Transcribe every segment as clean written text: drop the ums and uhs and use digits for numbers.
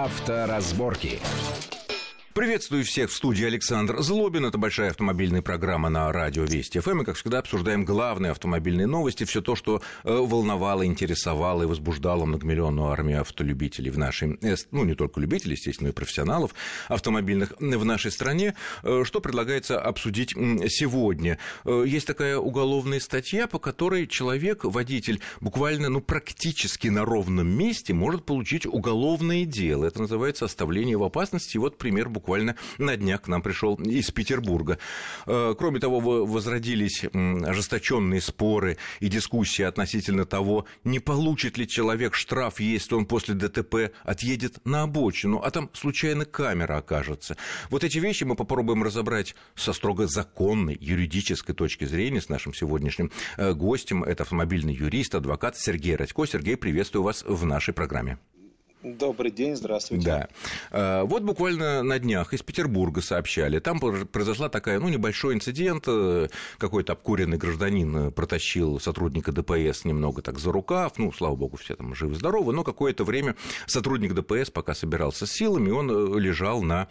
Авторазборки. Приветствую всех в студии Александр Злобин. Это большая автомобильная программа на радио Вести ФМ. И, как всегда, обсуждаем главные автомобильные новости. Все то, что волновало, интересовало и возбуждало многомиллионную армию автолюбителей в нашей... Ну, не только любителей, естественно, и профессионалов автомобильных в нашей стране. Что предлагается обсудить сегодня? Есть такая уголовная статья, по которой человек, водитель, буквально, практически на ровном месте может получить уголовное дело. Это называется оставление в опасности. И вот пример буквально на днях к нам пришел из Петербурга. Кроме того, возродились ожесточенные споры и дискуссии относительно того, не получит ли человек штраф, если он после ДТП отъедет на обочину, а там случайно камера окажется. Вот эти вещи мы попробуем разобрать со строго законной, юридической точки зрения с нашим сегодняшним гостем. Это автомобильный юрист, адвокат Сергей Радько. Сергей, приветствую вас в нашей программе. Добрый день, здравствуйте. Да. Вот буквально на днях из Петербурга сообщали, там произошла такая, небольшой инцидент, какой-то обкуренный гражданин протащил сотрудника ДПС немного так за рукав, слава богу, все там живы-здоровы, но какое-то время сотрудник ДПС пока собирался с силами, он лежал на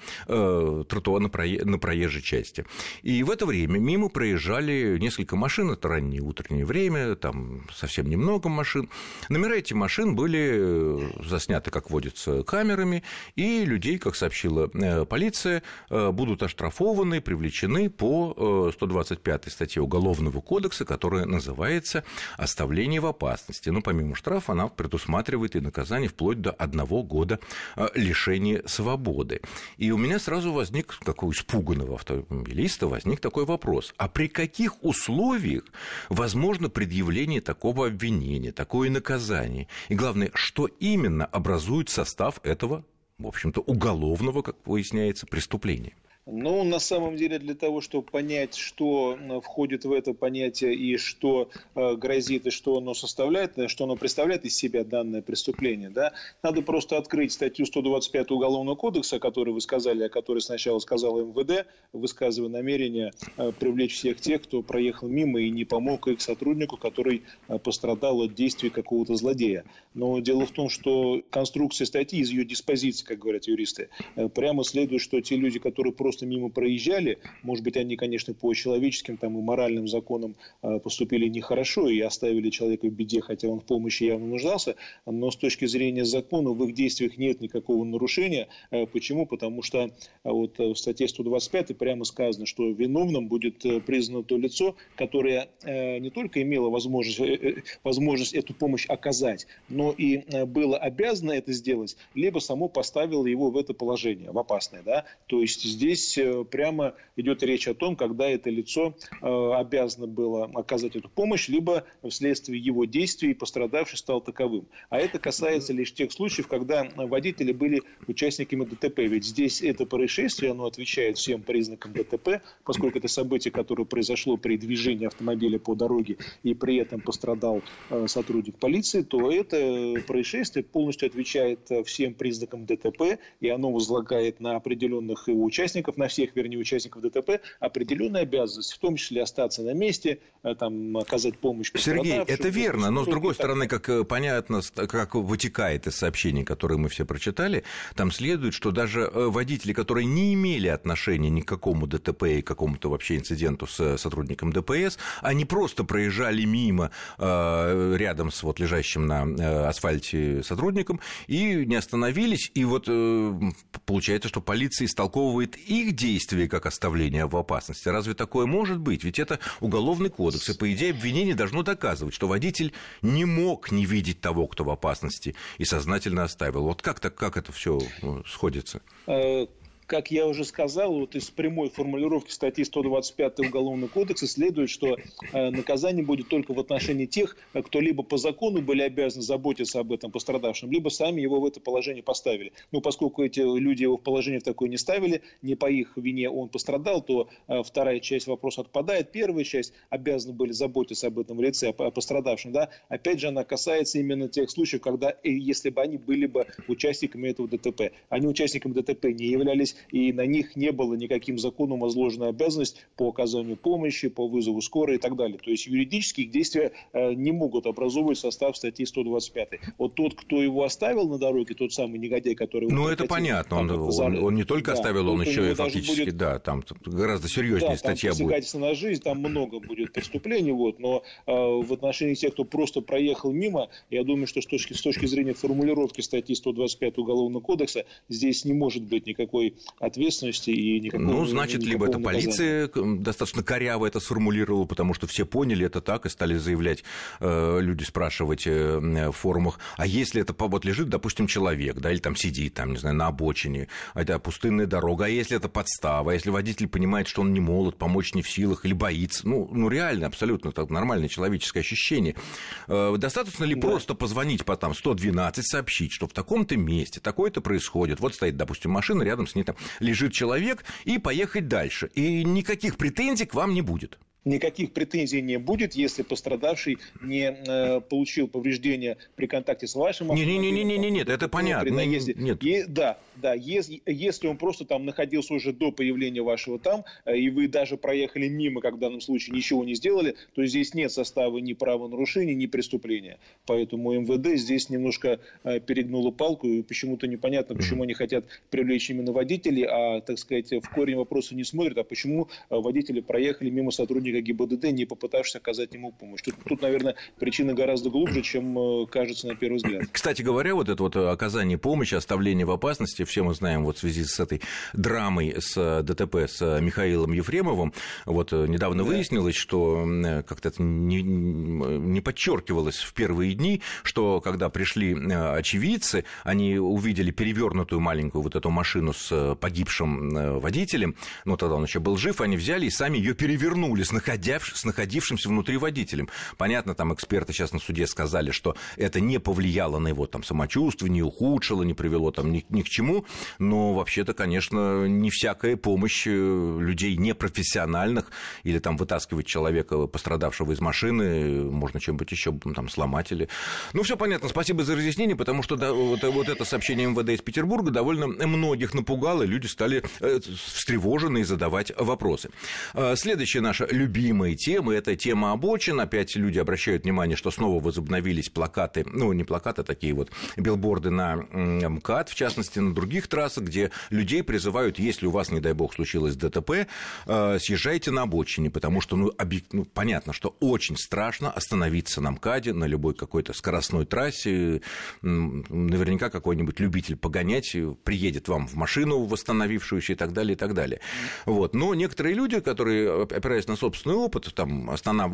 тротуаре, на проезжей части. И в это время мимо проезжали несколько машин, это раннее утреннее время, там совсем немного машин. Номера этих машин были засняты, как водится, камерами, и людей, как сообщила полиция, будут оштрафованы, привлечены по 125 статье Уголовного кодекса, которая называется «Оставление в опасности». Помимо штрафа, она предусматривает и наказание вплоть до 1 года лишения свободы. И у меня сразу возник, как у испуганного автомобилиста, возник такой вопрос. А при каких условиях возможно предъявление такого обвинения, такое наказание? И главное, что именно образует состав этого, в общем-то, уголовного, как выясняется, преступления? На самом деле, для того, чтобы понять, что входит в это понятие и что грозит, и что оно составляет, что оно представляет из себя данное преступление, надо просто открыть статью 125 Уголовного кодекса, о которой вы сказали, о которой сначала сказал МВД, высказывая намерение привлечь всех тех, кто проехал мимо и не помог их сотруднику, который пострадал от действий какого-то злодея. Но дело в том, что конструкция статьи из ее диспозиции, как говорят юристы, прямо следует, что те люди, которые просто мимо проезжали, может быть, они, конечно, по человеческим и моральным законам поступили нехорошо и оставили человека в беде, хотя он в помощи явно нуждался, но с точки зрения закона в их действиях нет никакого нарушения. Почему? Потому что вот в статье 125 прямо сказано, что виновным будет признано то лицо, которое не только имело возможность эту помощь оказать, но и было обязано это сделать, либо само поставило его в это положение, в опасное. То есть здесь прямо идет речь о том, когда это лицо обязано было оказать эту помощь, либо вследствие его действий пострадавший стал таковым. А это касается лишь тех случаев, когда водители были участниками ДТП. Ведь здесь это происшествие, оно отвечает всем признакам ДТП, поскольку это событие, которое произошло при движении автомобиля по дороге и при этом пострадал сотрудник полиции, то это происшествие полностью отвечает всем признакам ДТП, и оно возлагает на определенных его участников, на всех, участников ДТП, определенная обязанность, в том числе остаться на месте, оказать помощь пострадавшим. Сергей, это верно, но с другой стороны, как понятно, как вытекает из сообщений, которые мы все прочитали, там следует, что даже водители, которые не имели отношения ни к какому ДТП и к какому-то вообще инциденту с сотрудником ДПС, они просто проезжали мимо рядом с лежащим на асфальте сотрудником и не остановились, и получается, что полиция истолковывает их действия как оставление в опасности. Разве такое может быть? Ведь это Уголовный кодекс, и, по идее, обвинение должно доказывать, что водитель не мог не видеть того, кто в опасности, и сознательно оставил. Как это все сходится? Как я уже сказал, из прямой формулировки статьи 125 Уголовного кодекса следует, что наказание будет только в отношении тех, кто либо по закону были обязаны заботиться об этом пострадавшем, либо сами его в это положение поставили. Поскольку эти люди его в положение в такое не ставили, не по их вине он пострадал, то вторая часть вопроса отпадает. Первая часть обязаны были заботиться об этом лице, о пострадавшем. Опять же, она касается именно тех случаев, когда, если бы они были бы участниками этого ДТП. Они участниками ДТП не являлись, исполнялись, и на них не было никаким законом возложена обязанность по оказанию помощи, по вызову скорой и так далее. То есть юридически их действия не могут образовывать состав статьи 125. Вот тот, кто его оставил на дороге, тот самый негодяй, который... Ну, это понятно, он не только оставил, он еще и фактически, там гораздо серьезнее статья будет. Посягательство на жизнь, там много будет преступлений, но в отношении тех, кто просто проехал мимо, я думаю, что с точки зрения формулировки статьи 125 Уголовного кодекса здесь не может быть никакой ответственности и никакого... значит, либо это полиция достаточно коряво это сформулировала, потому что все поняли это так и стали заявлять, люди спрашивать в форумах, а если это вот лежит, допустим, человек, да, или там сидит, там, не знаю, на обочине, это пустынная дорога, а если это подстава, если водитель понимает, что он не молод, помочь не в силах или боится, реально, абсолютно так, нормальное человеческое ощущение. Достаточно ли просто позвонить по 112, сообщить, что в таком-то месте такое-то происходит, вот стоит, допустим, машина, рядом с ней там лежит человек, и поехать дальше, и никаких претензий к вам не будет? Никаких претензий не будет, если пострадавший не получил повреждения при контакте с вашим автомобилем. Нет, это понятно. Нет. Если он просто там находился уже до появления вашего там, и вы даже проехали мимо, как в данном случае ничего не сделали, то здесь нет состава ни правонарушения, ни преступления. Поэтому МВД здесь немножко перегнуло палку, и почему-то непонятно, почему они хотят привлечь именно водителей, а, так сказать, в корень вопроса не смотрят, а почему водители проехали мимо сотрудника ГИБДД, не попытавшись оказать ему помощь. Тут, наверное, причина гораздо глубже, чем кажется на первый взгляд. Кстати говоря, вот это вот оказание помощи, оставление в опасности, все мы знаем вот в связи с этой драмой с ДТП с Михаилом Ефремовым, вот недавно выяснилось, что как-то это не подчеркивалось в первые дни, что когда пришли очевидцы, они увидели перевернутую маленькую вот эту машину с погибшим водителем, тогда он еще был жив, они взяли и сами ее перевернули с находившимся внутри водителем. Понятно, там эксперты сейчас на суде сказали, что это не повлияло на его там самочувствие, не ухудшило, не привело там ни к чему, но вообще-то, конечно, не всякая помощь людей непрофессиональных или там вытаскивать человека, пострадавшего из машины, можно чем-нибудь еще там сломать или... Все понятно, спасибо за разъяснение, потому что вот это сообщение МВД из Петербурга довольно многих напугало, и люди стали встревожены и задавать вопросы. Следующая наша любимая тема – это тема обочин. Опять люди обращают внимание, что снова возобновились плакаты, не плакаты, такие вот билборды на МКАД, в частности, на других трассах, где людей призывают, если у вас, не дай бог, случилось ДТП, съезжайте на обочине, потому что, понятно, что очень страшно остановиться на МКАДе, на любой какой-то скоростной трассе. Наверняка какой-нибудь любитель погонять приедет вам в машину восстановившуюся и так далее, и так далее. Но некоторые люди, которые, опираясь на собственный опыт, там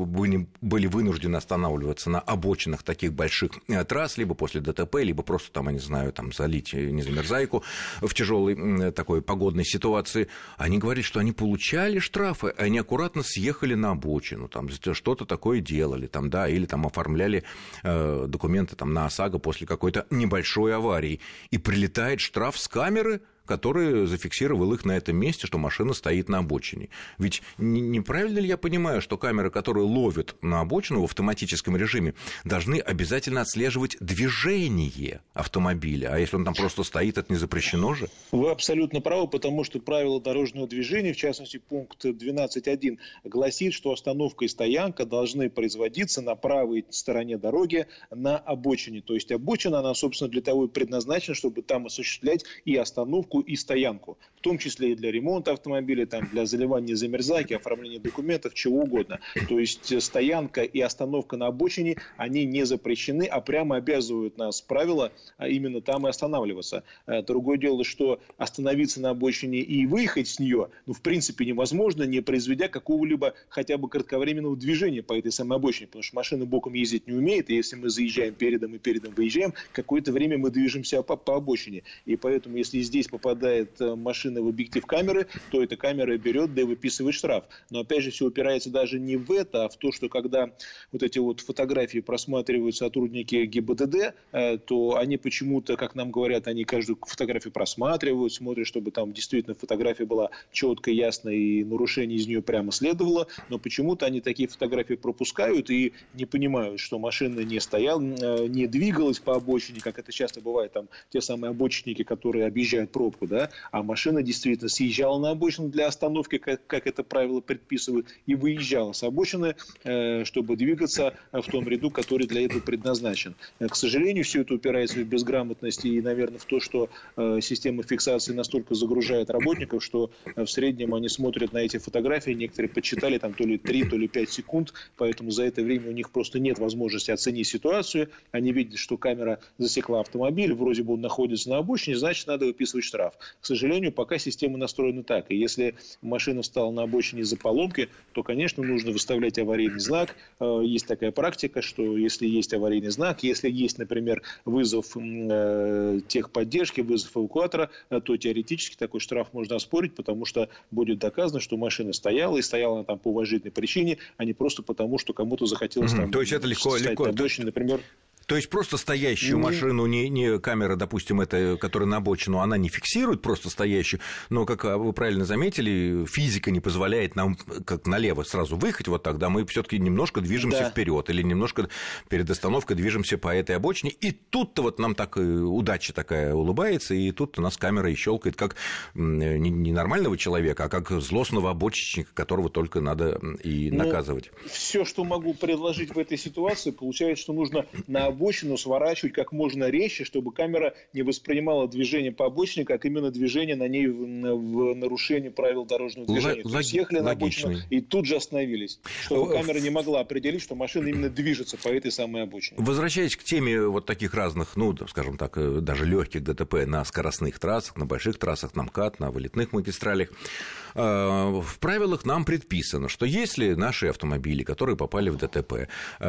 были вынуждены останавливаться на обочинах таких больших трасс, либо после ДТП, либо просто там, я не знаю, там залить незамерзайку в тяжелой такой погодной ситуации. Они говорят, что они получали штрафы, они аккуратно съехали на обочину, там что-то такое делали, там, да, или там оформляли документы там, на ОСАГО после какой-то небольшой аварии, и прилетает штраф с камеры, который зафиксировал их на этом месте, что машина стоит на обочине. Ведь неправильно ли я понимаю, что камеры, которые ловят на обочину в автоматическом режиме, должны обязательно отслеживать движение автомобиля? А если он там просто стоит, это не запрещено же? Вы абсолютно правы, потому что правила дорожного движения, в частности, пункт 12.1, гласит, что остановка и стоянка должны производиться на правой стороне дороги на обочине. То есть обочина, она, собственно, для того и предназначена, чтобы там осуществлять и остановку, и стоянку, в том числе и для ремонта автомобиля, там, для заливания замерзайки, оформления документов, чего угодно. То есть стоянка и остановка на обочине, они не запрещены, а прямо обязывают нас правила, а именно там и останавливаться. Другое дело, что остановиться на обочине и выехать с нее, в принципе, невозможно, не произведя какого-либо хотя бы кратковременного движения по этой самой обочине, потому что машина боком ездить не умеет, и если мы заезжаем передом и передом выезжаем, какое-то время мы движемся по обочине. И поэтому, если здесь попадает машина в объектив камеры, то эта камера берет, да и выписывает штраф. Но опять же, все упирается даже не в это, а в то, что когда вот эти вот фотографии просматривают сотрудники ГИБДД, то они почему-то, как нам говорят, они каждую фотографию просматривают, смотрят, чтобы там действительно фотография была четкая, ясная и нарушение из нее прямо следовало, но почему-то они такие фотографии пропускают и не понимают, что машина не стояла, не двигалась по обочине, как это часто бывает, там те самые обочинники, которые объезжают пробки, пробку, да, а машина действительно съезжала на обочину для остановки, как это правило предписывает, и выезжала с обочины, чтобы двигаться в том ряду, который для этого предназначен. К сожалению, все это упирается в безграмотность и, наверное, в то, что система фиксации настолько загружает работников, что в среднем они смотрят на эти фотографии, некоторые подсчитали там то ли 3, то ли 5 секунд, поэтому за это время у них просто нет возможности оценить ситуацию. Они видят, что камера засекла автомобиль, вроде бы он находится на обочине, значит, надо выписывать штраф. К сожалению, пока система настроена так. И если машина встала на обочине из-за поломки, то, конечно, нужно выставлять аварийный знак. Есть такая практика, что если есть аварийный знак, если есть, например, вызов техподдержки, вызов эвакуатора, то теоретически такой штраф можно оспорить, потому что будет доказано, что машина стояла, и стояла она там по уважительной причине, а не просто потому, что кому-то захотелось там... То есть это легко... на обочине, например... То есть просто стоящую машину, не камера, допустим, эта, которая на обочину, она не фиксирует просто стоящую, но, как вы правильно заметили, физика не позволяет нам как налево сразу выехать, вот тогда мы все-таки немножко движемся вперед или немножко перед остановкой движемся по этой обочине, и тут-то вот нам так удача такая улыбается, и тут у нас камера и щелкает как не нормального человека, а как злостного обочечника, которого только надо и наказывать. Все, что могу предложить в этой ситуации, получается, что нужно на обочину сворачивать как можно резче, чтобы камера не воспринимала движение по обочине, как именно движение на ней в нарушении правил дорожного движения. То есть ехали на обочину и тут же остановились, чтобы камера не могла определить, что машина именно движется по этой самой обочине. Возвращаясь к теме вот таких разных, ну, скажем так, даже легких ДТП на скоростных трассах, на больших трассах, на МКАД, на вылетных магистралях, в правилах нам предписано, что если наши автомобили, которые попали в ДТП,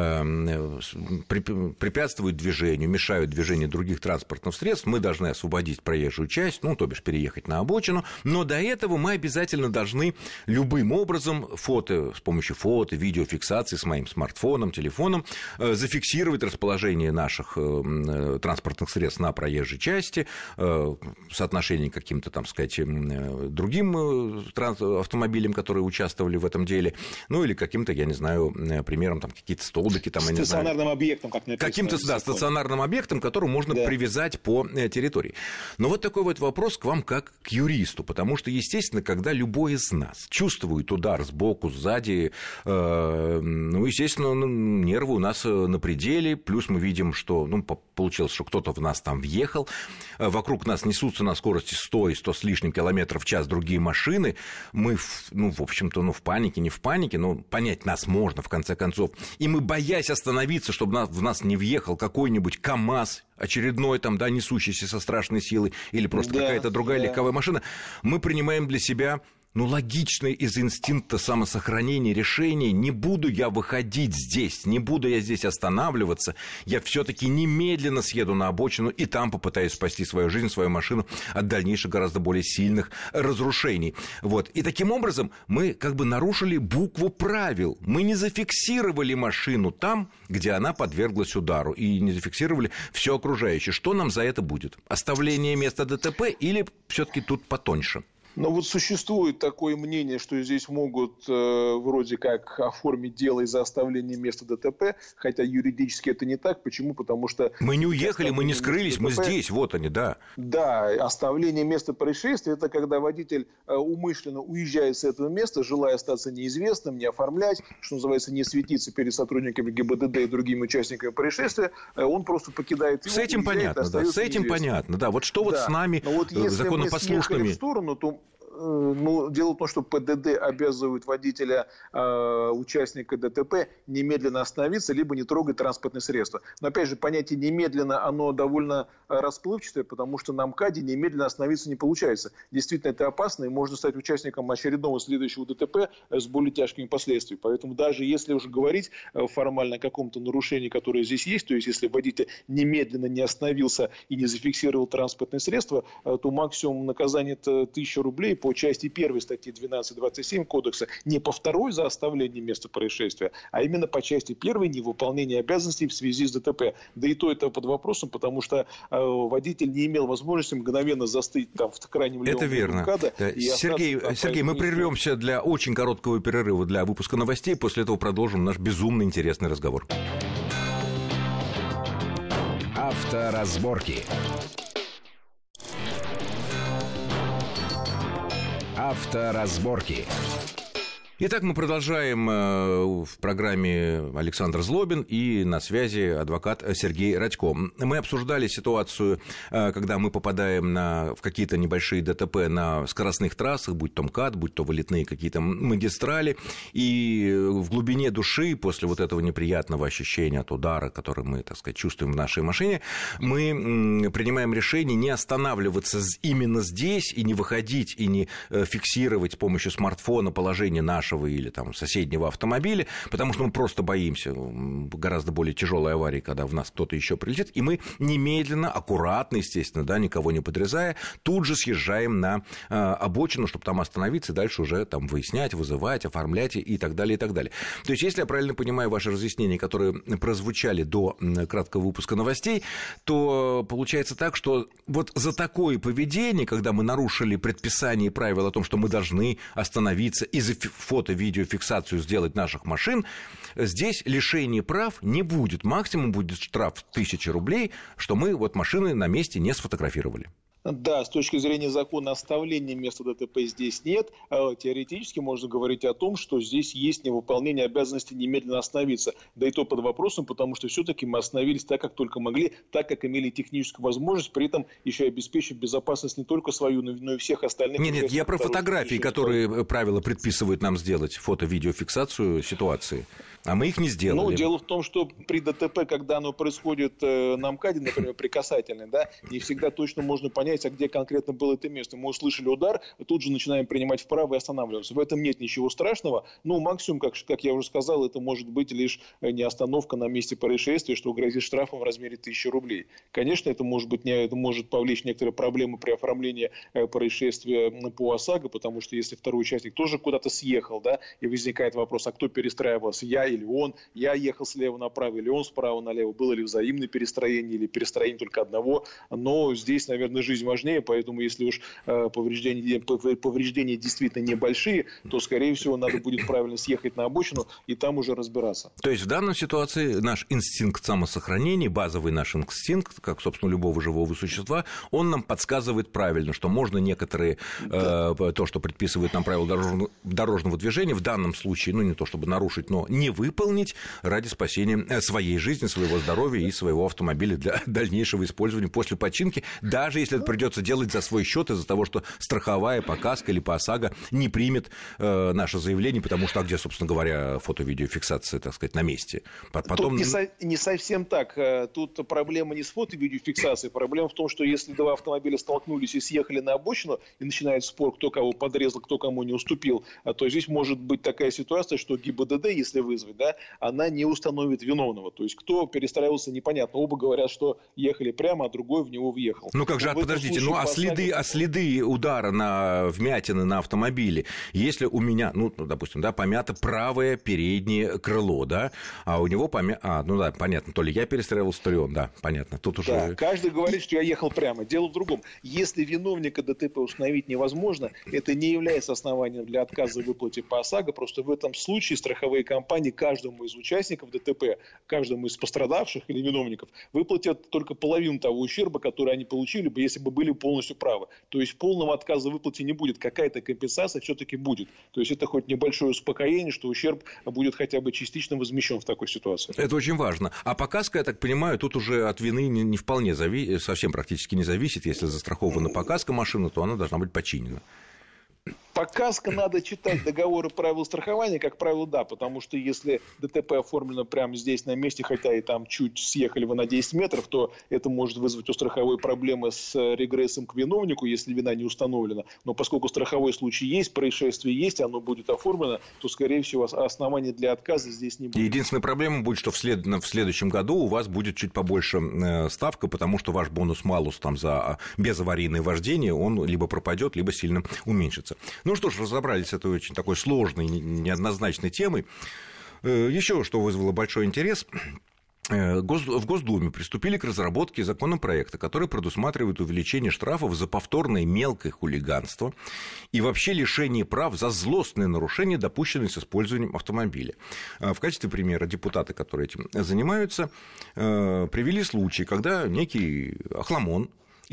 препятствуют движению, мешают движению других транспортных средств, мы должны освободить проезжую часть, ну, то бишь переехать на обочину, но до этого мы обязательно должны любым образом с помощью фото, видеофиксации с моим смартфоном, телефоном зафиксировать расположение наших транспортных средств на проезжей части, соотношение к каким-то, там сказать, другим автомобилям, которые участвовали в этом деле, ну, или каким-то, я не знаю, примером, там, какие-то столбики, там, стационарным объектом, как написано. Каким-то, да, стационарным объектом, который можно привязать по территории. Но вот такой вот вопрос к вам как к юристу, потому что, естественно, когда любой из нас чувствует удар сбоку, сзади, ну, естественно, нервы у нас на пределе, плюс мы видим, что, ну, получилось, что кто-то в нас там въехал, вокруг нас несутся на скорости 100 и 100 с лишним километров в час другие машины, мы, ну, в общем-то, ну, в панике, не в панике, но понять нас можно, в конце концов, и мы, боясь остановиться, чтобы в нас не въехал какой-нибудь КАМАЗ, очередной там, да, несущийся со страшной силой, или просто какая-то другая легковая машина, мы принимаем для себя, ну, логичное из инстинкта самосохранения решение: не буду я выходить здесь, не буду я здесь останавливаться, я все-таки немедленно съеду на обочину и там попытаюсь спасти свою жизнь, свою машину от дальнейших гораздо более сильных разрушений. Вот. И таким образом мы как бы нарушили букву правил. Мы не зафиксировали машину там, где она подверглась удару, и не зафиксировали все окружающее. Что нам за это будет? Оставление места ДТП или все-таки тут потоньше? Но вот существует такое мнение, что здесь могут вроде как оформить дело из-за оставления места ДТП, хотя юридически это не так. Почему? Потому что... Мы не уехали, мы не скрылись, мы здесь, вот они, да. Да, оставление места происшествия – это когда водитель умышленно уезжает с этого места, желая остаться неизвестным, не оформлять, что называется, не светиться перед сотрудниками ГИБДД и другими участниками происшествия, он просто покидает его. С этим понятно, да, с этим понятно, да. Вот что вот с нами, законопослушными... в сторону, то... Ну, дело в том, что ПДД обязывает водителя, участника ДТП, немедленно остановиться, либо не трогать транспортное средство. Но, опять же, понятие «немедленно», оно довольно расплывчатое, потому что на МКАДе немедленно остановиться не получается. Действительно, это опасно, и можно стать участником очередного следующего ДТП с более тяжкими последствиями. Поэтому даже если уже говорить формально о каком-то нарушении, которое здесь есть, то есть если водитель немедленно не остановился и не зафиксировал транспортное средство, то максимум наказания – это 1000 рублей по части 1 статьи 12.27 Кодекса, не по второй за оставление места происшествия, а именно по части 1 невыполнение обязанностей в связи с ДТП. Да и то это под вопросом, потому что водитель не имел возможности мгновенно застыть там в крайнем левом МКАДа. Сергей, мы прервемся для очень короткого перерыва для выпуска новостей, после этого продолжим наш безумно интересный разговор. Авторазборки. Авторазборки. Итак, мы продолжаем в программе Александр Злобин и на связи адвокат Сергей Радько. Мы обсуждали ситуацию, когда мы попадаем в какие-то небольшие ДТП на скоростных трассах, будь то МКАД, будь то вылетные какие-то магистрали, и в глубине души, после вот этого неприятного ощущения от удара, который мы, так сказать, чувствуем в нашей машине, мы принимаем решение не останавливаться именно здесь и не выходить, и не фиксировать с помощью смартфона положение нашего или там соседнего автомобиля, потому что мы просто боимся гораздо более тяжелой аварии, когда в нас кто-то еще прилетит, и мы немедленно, аккуратно, естественно, да, никого не подрезая, тут же съезжаем на обочину, чтобы там остановиться и дальше уже там выяснять, вызывать, оформлять и так далее, и так далее. То есть, если я правильно понимаю ваши разъяснения, которые прозвучали до краткого выпуска новостей, то получается так, что вот за такое поведение, когда мы нарушили предписание и правила о том, что мы должны остановиться и за фото-видеофиксацию сделать наших машин, здесь лишение прав не будет. Максимум будет штраф 1000 рублей, что мы вот машины на месте не сфотографировали. Да, с точки зрения закона оставления места ДТП здесь нет. Теоретически можно говорить о том, что здесь есть невыполнение обязанности немедленно остановиться. Да и то под вопросом, потому что все-таки мы остановились так, как только могли, так, как имели техническую возможность, при этом еще и обеспечив безопасность не только свою, но и всех остальных. Нет, я про фотографии, которые правила предписывают нам сделать, фото-видеофиксацию ситуации. А мы их не сделали. Ну, дело в том, что при ДТП, когда оно происходит на МКАДе, например, при касательной, да, не всегда точно можно понять, а где конкретно было это место. Мы услышали удар, тут же начинаем принимать вправо и останавливаться. В этом нет ничего страшного. Ну, максимум, как я уже сказал, это может быть лишь не остановка на месте происшествия, что грозит штрафом в размере 1000 рублей. Конечно, это может повлечь некоторые проблемы при оформлении происшествия по ОСАГО, потому что если второй участник тоже куда-то съехал, да, и возникает вопрос, а кто перестраивался, я или он, я ехал слева направо или он справа налево, было ли взаимное перестроение или перестроение только одного, но здесь, наверное, жизнь важнее, поэтому если уж повреждения действительно небольшие, то, скорее всего, надо будет правильно съехать на обочину и там уже разбираться. То есть в данной ситуации наш инстинкт самосохранения, базовый наш инстинкт, как, собственно, любого живого существа, он нам подсказывает правильно, что можно некоторые, то, что предписывает нам правила дорожного движения, в данном случае, ну, не то чтобы нарушить, но не выполнить ради спасения своей жизни, своего здоровья и своего автомобиля для дальнейшего использования после починки, даже если это придется делать за свой счет из-за того, что страховая по КАСКО или по ОСАГО не примет наше заявление, потому что, а где, собственно говоря, фото-видеофиксация, так сказать, на месте? Потом... Тут не совсем так. Тут проблема не с фото-видеофиксацией, проблема в том, что если два автомобиля столкнулись и съехали на обочину, и начинает спор, кто кого подрезал, кто кому не уступил, то здесь может быть такая ситуация, что ГИБДД, если вызвать, да, она не установит виновного. То есть, кто перестраивался, непонятно. Оба говорят, что ехали прямо, а другой в него въехал. Ну, как же, подождите, следы удара на вмятины на автомобиле, если у меня, ну, допустим, да, помято правое переднее крыло, да, а у него ну да, понятно, то ли я перестраивался, то ли он, да, понятно. Тут уже... Да, каждый говорит, что я ехал прямо. Дело в другом. Если виновника ДТП установить невозможно, это не является основанием для отказа в выплате по ОСАГО, просто в этом случае страховые компании каждому из участников ДТП, каждому из пострадавших или виновников выплатят только половину того ущерба, который они получили бы, если бы были полностью правы. То есть полного отказа в выплате не будет, какая-то компенсация все-таки будет. То есть это хоть небольшое успокоение, что ущерб будет хотя бы частично возмещен в такой ситуации. Это очень важно. А по КАСКО, я так понимаю, тут уже от вины не вполне совсем практически не зависит. Если застрахована по КАСКО машина, то она должна быть починена. По КАСКО надо читать договоры правил страхования, как правило, да, потому что если ДТП оформлено прямо здесь на месте, хотя и там чуть съехали вы на 10 метров, то это может вызвать у страховой проблемы с регрессом к виновнику, если вина не установлена. Но поскольку страховой случай есть, происшествие есть, оно будет оформлено, то, скорее всего, оснований для отказа здесь не будет. Единственная проблема будет, что в следующем году у вас будет чуть побольше ставка, потому что ваш бонус-малус там за безаварийное вождение, он либо пропадет, либо сильно уменьшится. Ну что ж, разобрались с этой очень такой сложной, неоднозначной темой. Еще что вызвало большой интерес. В Госдуме приступили к разработке законопроекта, который предусматривает увеличение штрафов за повторное мелкое хулиганство и вообще лишение прав за злостные нарушения, допущенные с использованием автомобиля. В качестве примера депутаты, которые этим занимаются, привели случай, когда некий охламон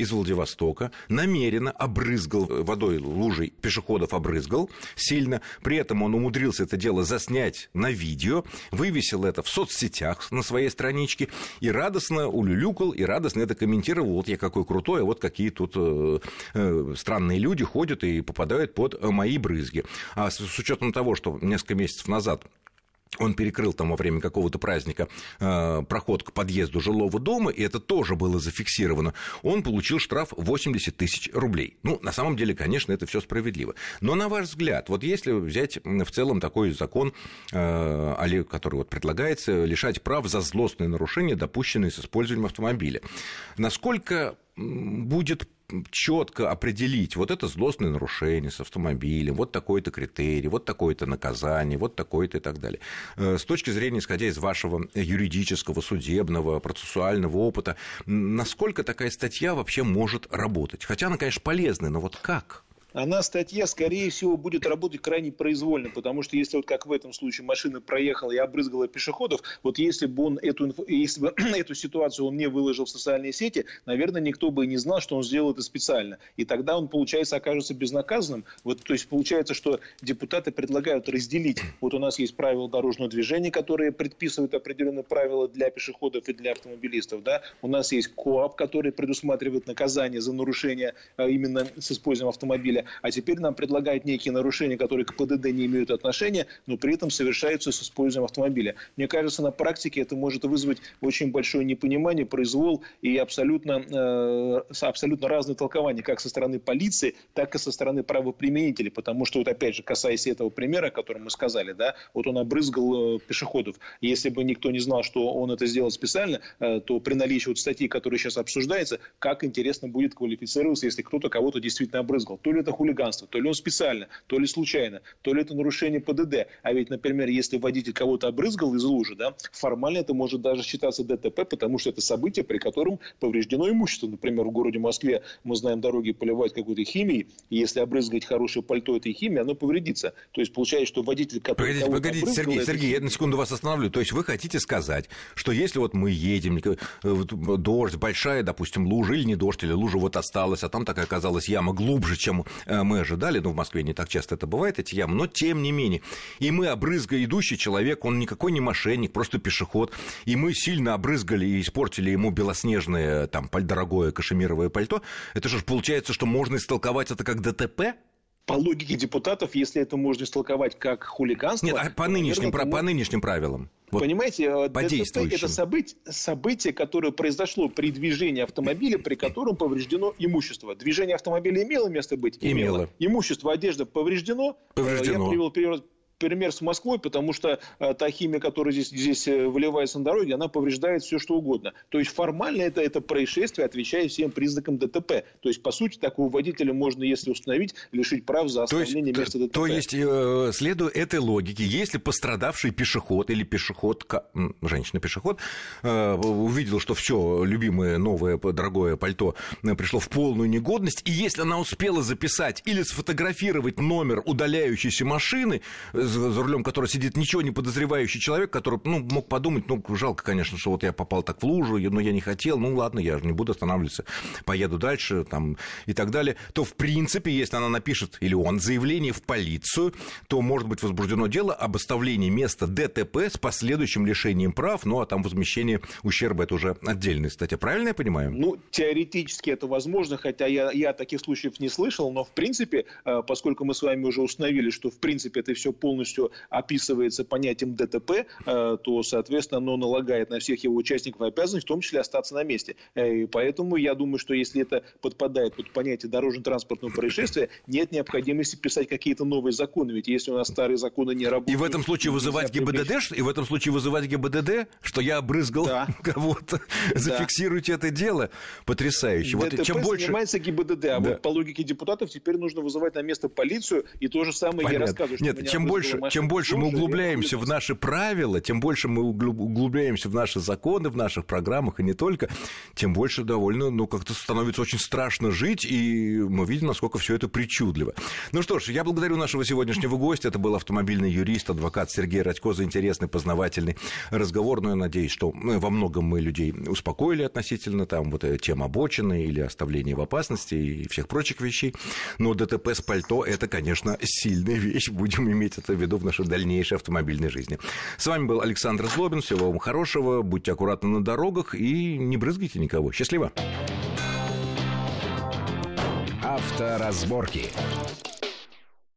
из Владивостока намеренно обрызгал водой, лужей пешеходов обрызгал сильно. При этом он умудрился это дело заснять на видео, вывесил это в соцсетях на своей страничке и радостно улюлюкал, и радостно это комментировал. Вот я какой крутой, а вот какие тут странные люди ходят и попадают под мои брызги. А с учетом того, что несколько месяцев назад он перекрыл там во время какого-то праздника проход к подъезду жилого дома, и это тоже было зафиксировано, он получил штраф 80 тысяч рублей. Ну, на самом деле, конечно, это все справедливо. Но, на ваш взгляд, вот если взять в целом такой закон, который вот предлагается, лишать прав за злостные нарушения, допущенные с использованием автомобиля, насколько будет четко определить вот это злостное нарушение с автомобилем, вот такой-то критерий, вот такое-то наказание, вот такое-то и так далее. С точки зрения, исходя из вашего юридического, судебного, процессуального опыта, насколько такая статья вообще может работать? Хотя она, конечно, полезная, но вот как? Она, статья, скорее всего, будет работать крайне произвольно, потому что если вот как в этом случае машина проехала и обрызгала пешеходов, вот если бы он эту ситуацию он не выложил в социальные сети, наверное, никто бы и не знал, что он сделал это специально. И тогда он, получается, окажется безнаказанным. Вот, то есть получается, что депутаты предлагают разделить. Вот у нас есть правила дорожного движения, которые предписывают определенные правила для пешеходов и для автомобилистов. Да? У нас есть КоАП, который предусматривает наказание за нарушение именно с использованием автомобиля. А теперь нам предлагают некие нарушения, которые к ПДД не имеют отношения, но при этом совершаются с использованием автомобиля. Мне кажется, на практике это может вызвать очень большое непонимание, произвол и абсолютно разные толкования, как со стороны полиции, так и со стороны правоприменителей. Потому что, вот опять же, касаясь этого примера, о котором мы сказали, да, вот он обрызгал пешеходов. Если бы никто не знал, что он это сделал специально, то при наличии вот статьи, которая сейчас обсуждается, как интересно будет квалифицироваться, если кто-то кого-то действительно обрызгал. То ли это хулиганство, то ли он специально, то ли случайно, то ли это нарушение ПДД. А ведь, например, если водитель кого-то обрызгал из лужи, да, формально это может даже считаться ДТП, потому что это событие, при котором повреждено имущество. Например, в городе Москве мы знаем, дороги поливают какой-то химией, и если обрызгать хорошее пальто этой химии, оно повредится. То есть получается, что водитель, который Погодите, Сергей, я на секунду вас остановлю. То есть вы хотите сказать, что если вот мы едем, дождь, большая, допустим, лужа, или не дождь, или лужа вот осталась, а там такая оказалась яма глубже, чем мы ожидали, в Москве не так часто это бывает, эти ямы, но тем не менее. И мы, идущий человек, он никакой не мошенник, просто пешеход, и мы сильно обрызгали и испортили ему белоснежное, там, дорогое кашемировое пальто, это же получается, что можно истолковать это как ДТП? По логике депутатов, если это можно истолковать как хулиганство... Нет, а по нынешним правилам? Вот, понимаете, ДТП – это событие, которое произошло при движении автомобиля, при котором повреждено имущество. Движение автомобиля имело место быть? Имело. Имущество, одежда повреждено. Я привел пример с Москвой, потому что та химия, которая здесь выливается на дороге, она повреждает все что угодно. То есть формально это происшествие отвечает всем признакам ДТП. То есть, по сути, такого водителя можно, если установить, лишить прав за оставление места ДТП. То есть, следуя этой логике, если пострадавший пешеход или женщина-пешеход увидела, что все любимое, новое, дорогое пальто пришло в полную негодность, и если она успела записать или сфотографировать номер удаляющейся машины, за рулем которого сидит ничего не подозревающий человек, который, мог подумать, жалко, конечно, что вот я попал так в лужу, но я не хотел, ладно, я же не буду останавливаться, поеду дальше, там, и так далее, то, в принципе, если она напишет, или он, заявление в полицию, то может быть возбуждено дело об оставлении места ДТП с последующим лишением прав, а там возмещение ущерба, это уже отдельная статья, правильно я понимаю? Теоретически это возможно, хотя я таких случаев не слышал, но, в принципе, поскольку мы с вами уже установили, что, в принципе, это все полностью описывается понятием ДТП, то, соответственно, оно налагает на всех его участников обязанность, в том числе остаться на месте. И поэтому я думаю, что если это подпадает под понятие дорожно-транспортного происшествия, нет необходимости писать какие-то новые законы. Ведь если у нас старые законы не работают... И в этом случае вызывать ГИБДД, что я обрызгал кого-то, зафиксируйте это дело. Потрясающе. ДТП чем больше... занимается ГИБДД, а вот по логике депутатов теперь нужно вызывать на место полицию, и то же самое я рассказываю. Нет, чем больше мы углубляемся в наши правила, тем больше мы углубляемся в наши законы, в наших программах, и не только, тем больше довольно, как-то становится очень страшно жить, и мы видим, насколько все это причудливо. Ну что ж, я благодарю нашего сегодняшнего гостя. Это был автомобильный юрист, адвокат Сергей Радько за интересный, познавательный разговор. Но я надеюсь, что во многом мы людей успокоили относительно тем обочины или оставления в опасности и всех прочих вещей. Но ДТП с пальто – это, конечно, сильная вещь. Будем иметь это в виду в нашей дальнейшей автомобильной жизни. С вами был Александр Злобин. Всего вам хорошего. Будьте аккуратны на дорогах и не брызгайте никого. Счастливо! Авторазборки.